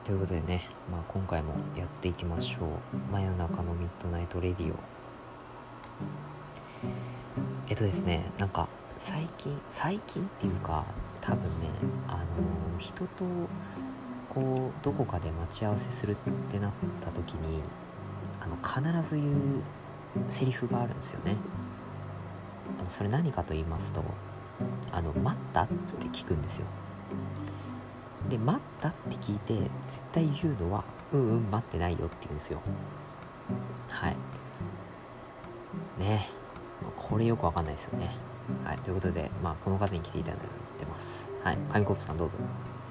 ということでね、今回もやっていきましょう。真夜中のミッドナイトレディオ。ですね、なんか最近っていうか、多分ね、人とこうどこかで待ち合わせするってなった時に、必ず言うセリフがあるんですよね。それ何かと言いますと、待ったって聞くんですよ。で、待ったって聞いて絶対言うのは待ってないよって言うんですよ。はいね、これよくわかんないですよね。はい、ということで、この方に来ていただいてます。はい、紙コップさんどうぞ。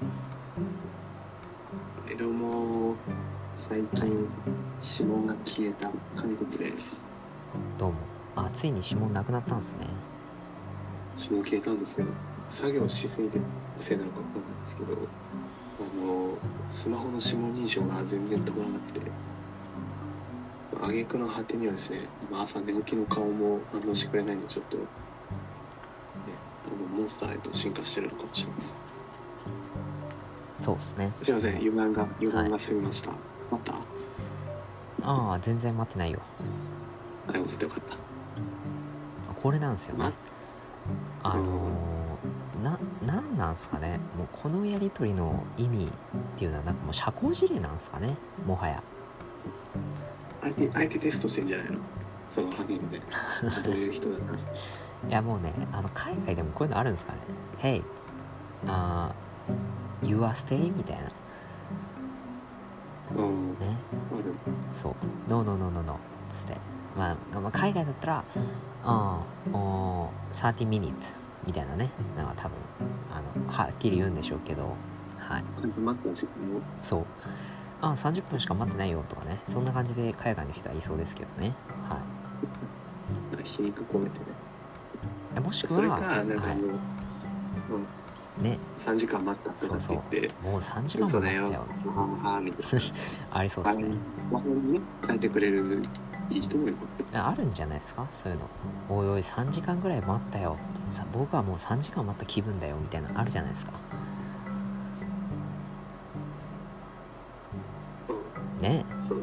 どうも、最近指紋が消えた紙コップです。 どうも。ついに指紋なくなったんですね。 指紋消えたんですよ。作業しすぎてせいなのか分かんないんですけど、スマホの指紋認証が全然止まらなくて、挙句の果てにはですね、朝寝起きの顔も反応してくれないんで、ちょっと、ね、モンスターへと進化してるのかもしれません。 そうですね。 すいません、油断が過ぎました。待った？ 全然待ってないよ。 はい、教えてよかった。 これなんですよね。なんなんすかね。もうこのやりとりの意味っていうのはなんかもう社交辞令なんですかね、もはや。 相手テストしてんじゃないの？その犯人でどういう人だな。 いやもうね、海外でもこういうのあるんですかね。Hey, you are staying? みたいな。ね。そう。No つって。海外だったら、30 minutes みたいなね。なんか多分、はっきり言うんでしょうけど、はい。そう。30分しか待ってないよとかね。そんな感じで海外の人はいそうですけどね。はい。 皮肉込めてね。 もしくは、 それか、なんかね、 3時間待ったとかって言って、 そうもう3時間も待ったよみたいなありそうですね。 書いてくれるいい人もいる。 あるんじゃないですか、そういうの。おいおい3時間ぐらい待ったよってさ、僕はもう3時間待った気分だよみたいなのあるじゃないですかね。 そう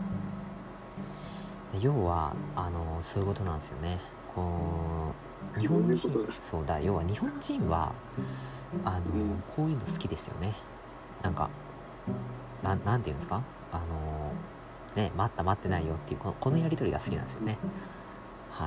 で要はそういうことなんですよね。日本人、そうだ、要は日本人はこういうの好きですよね。なんかなんていうんですか、ね、待ってないよっていうこのやり取りが好きなんですよね。はい。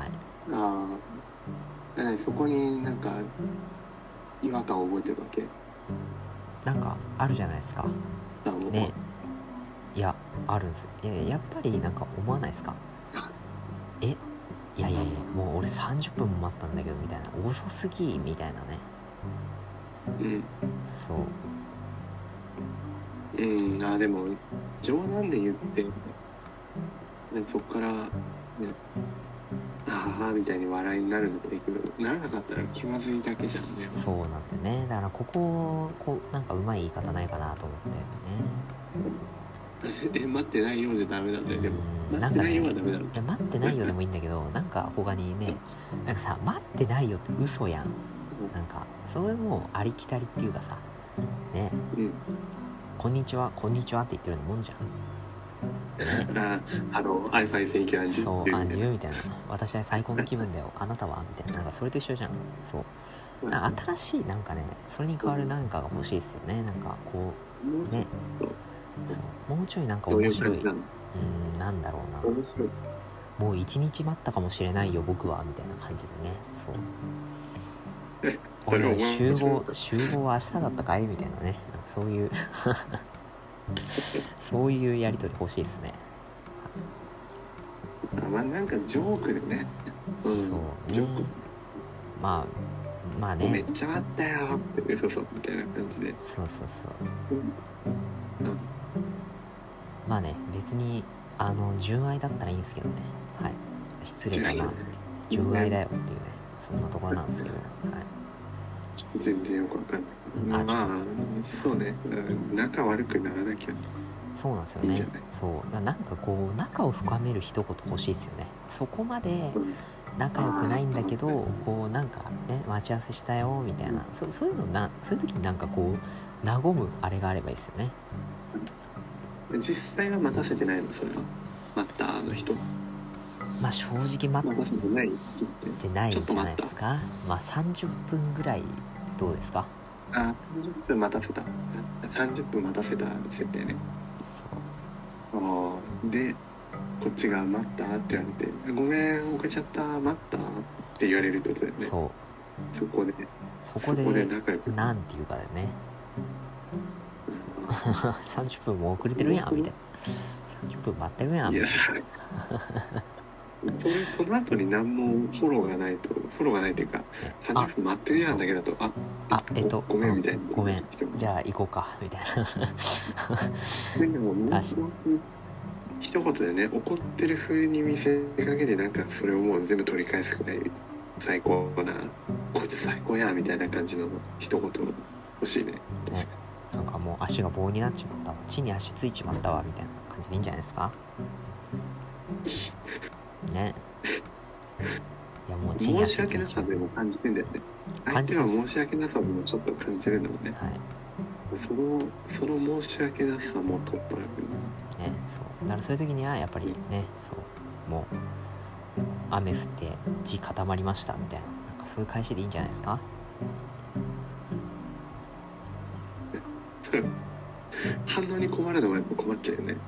そこになんか違和感を覚えてるわけ？ なんかあるじゃないですかね。いや、あるんですよ。やっぱりなんか思わないですか？いやもう俺30分も待ったんだけどみたいな、遅すぎみたいなね。そうでも冗談で言ってそっからね、みたいに笑いになるんだったらいいけど、ならなかったら気まずいだけじゃんね。 そうなんだよね。だからこうなんかうまい言い方ないかなと思ってね。 待ってないようじゃダメなんだよ。でも待ってないようはダメなの。待ってないよでもいいんだけど、なんか他にね、なんかさ、待ってないよって嘘やん。なんかそれもありきたりっていうかさね、こんにちはって言ってるようなもんじゃん。 iPhone19 そう、アンジュみたいな。私は最高の気分だよ。あなたはみたいな。なんかそれと一緒じゃん。そう。新しいなんかね、それに代わるなんかが欲しいですよね。なんかこうね、そうもうちょいなんか面白い。なんだろうな。もう一日待ったかもしれないよ僕はみたいな感じでね。そう。おいおい集合は明日だったかいみたいなね。なんかそういうそういうやりとり欲しいですね。 なんかジョークでね。 そうね。まあね。 めっちゃ待ったよって、そうみたいな感じで。 そう。まあね、別に純愛だったらいいんですけどね。はい。失礼だなって。純愛だよっていうね、そんなところなんですけど。はい。 全然よくわかんない。そうね。仲悪くならなきゃ。 そうなんですよね。そうなんかこう仲を深める一言欲しいですよね。そこまで仲良くないんだけど、こうなんかね、待ち合わせしたよみたいな、そういう時になんかこう和むあれがあればいいですよね。 実際は待たせてないの、それは。待ったあの人。 まあ正直待待たせてないっつっってないんじゃないですか。まあ30分ぐらいどうですか。 あ、30分待たせた。30分待たせた設定ね。 そうああ、で、こっちが待ったって言われて、ごめん、遅れちゃった、待ったって言われるってことだよね。 そうそこでそこで仲良く。 なんていうかだよね。30分も遅れてるやんみたいな。30分待ってるやんいやみたいその後に何もフォローがないというか、 な。 30分待ってるやんだけだと、ごめんみたいな。 ごめん、じゃあ行こうかみたいな。 でも一言でね、怒ってる風に見せかけて、なんかそれをもう全部取り返すくらい最高な、こいつ最高やみたいな感じの一言欲しいね。 なんかもう足が棒になっちまったわ、地に足ついちまったわみたいな感じでいいんじゃないですかね。いやもう地に申し足ついちまった。 訳なさでも感じてんだよね。相手は申し訳なさもちょっと感じるんだもんね。 はい。 その申し訳なさも取っ払うね、そうだからそういう時にはやっぱりね、そうもう雨降って地固まりましたみたいな、なんかそういう返しでいいんじゃないですか。 反応に困るのはやっぱ困っちゃうよね。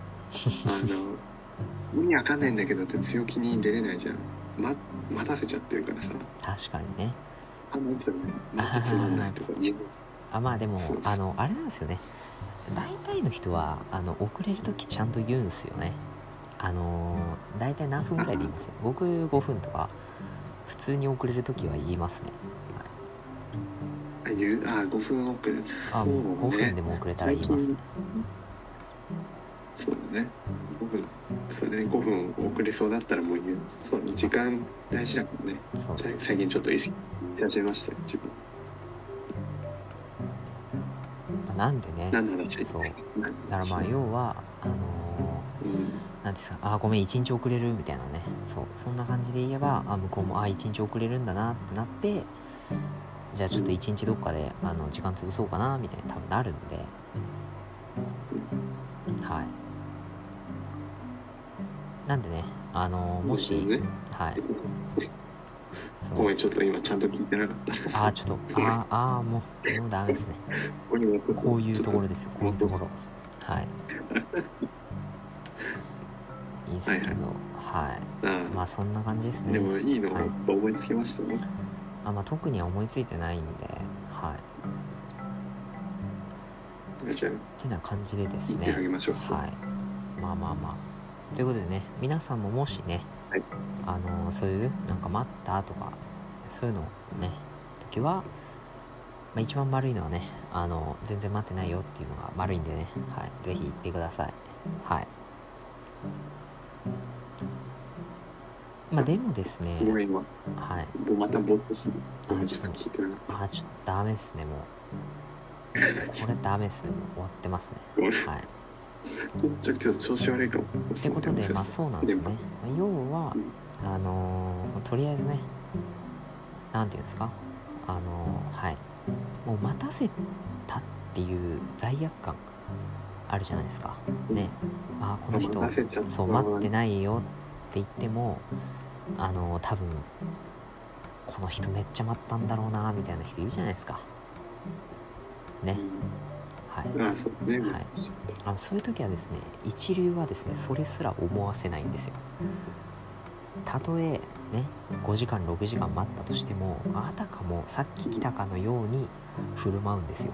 意味わかんないんだけどって強気に出れないじゃん。待たせちゃってるからさ。 確かにね。 実はないとか言えない。 まあでもあれなんですよね。大体の人は遅れるときちゃんと言うんですよね。大体何分ぐらいで言います。僕5分とか普通に遅れるときは言いますね。 はい、5分遅れ。そうね。 5分でも遅れたら言いますね。 そうだね。5分。そうね。5分遅れそうだったらもう言う。そうね。時間大事だからね。 そう最近ちょっと意識し始めましたよ、自分。 なんでね。 何の話？ そう。だからまあ要はなんですか、ごめん1日遅れるみたいなね。そんな感じで言えば向こうも1日遅れるんだなってなって、じゃあちょっと1日どっかで時間潰そうかなみたいに多分なるんで、はい。なんでねもし、はい。 ごめん、ちょっと今ちゃんと聞いてなかった。 ちょっともうダメですね。こういうところですよ、こういうところ。はい。いいっすけど、はい。まあそんな感じですね。 でもいいの、はい、思いつきましたね。 まあ特には思いついてないんで、はい。ってな感じでですね。 言ってあげましょう。 はい。まあ。ということでね、皆さんももしね、はい、そういうなんか待ったとかそういうのね時は、一番悪いのはね全然待ってないよっていうのが悪いんでね、はい、ぜひ言ってください。はい。でもですね、はい。 またボッとしてちょっとダメですね、もうこれダメですね、もう終わってますね。はい。 ちょっと今日調子悪いかも。 ってことで、そうなんですよね。要はとりあえずね、なんていうんですか、はい、もう待たせたっていう罪悪感あるじゃないですかね。この人そう待ってないよって言っても多分この人めっちゃ待ったんだろうなみたいな人いるじゃないですかね。はい、そういう時はですね、一流はですねそれすら思わせないんですよ。たとえね5時間6時間待ったとしても、あたかもさっき来たかのように振る舞うんですよ。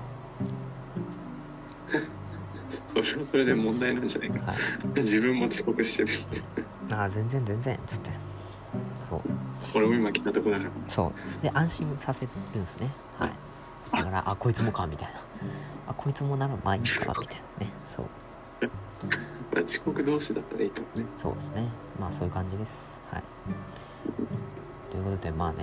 それはそれで問題なんじゃないか、はい、自分も遅刻してる全然つって、そう俺も今来たとこだから、 そうで安心させるんですね。はい。だからこいつもかみたいな、こいつもならまあいいかみたいなね。そう遅刻同士だったらいいかもね。 そうですね。そういう感じです。はい。ということではい、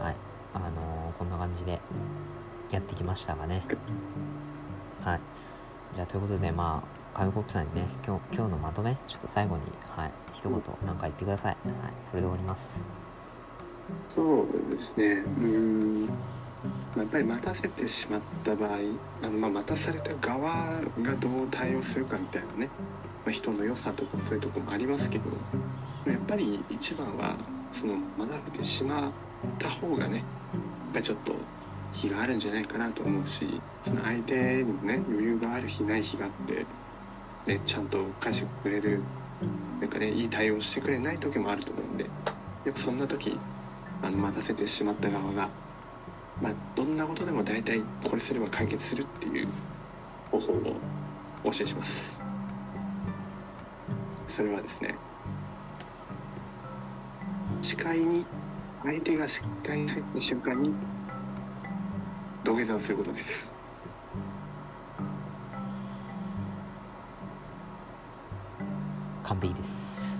こんな感じでやってきましたがね。はい。じゃあということで上国さんにね今日のまとめちょっと最後に一言何か言ってください。はい。それで終わります。 そうですね。やっぱり待たせてしまった場合、待たされた側がどう対応するかみたいなね、 人の良さとかそういうところもありますけど、やっぱり一番はその学べてしまった方がね、やっぱりちょっと日があるんじゃないかなと思うし、その相手にもね余裕がある日ない日があって、ね、ちゃんと返してくれる、なんかね、いい対応してくれない時もあると思うんで、やっぱそんな時待たせてしまった側が、どんなことでも大体これすれば解決するっていう方法をお教えします。それはですね、相手が視界に入った瞬間に土下座をすることです。 完璧です。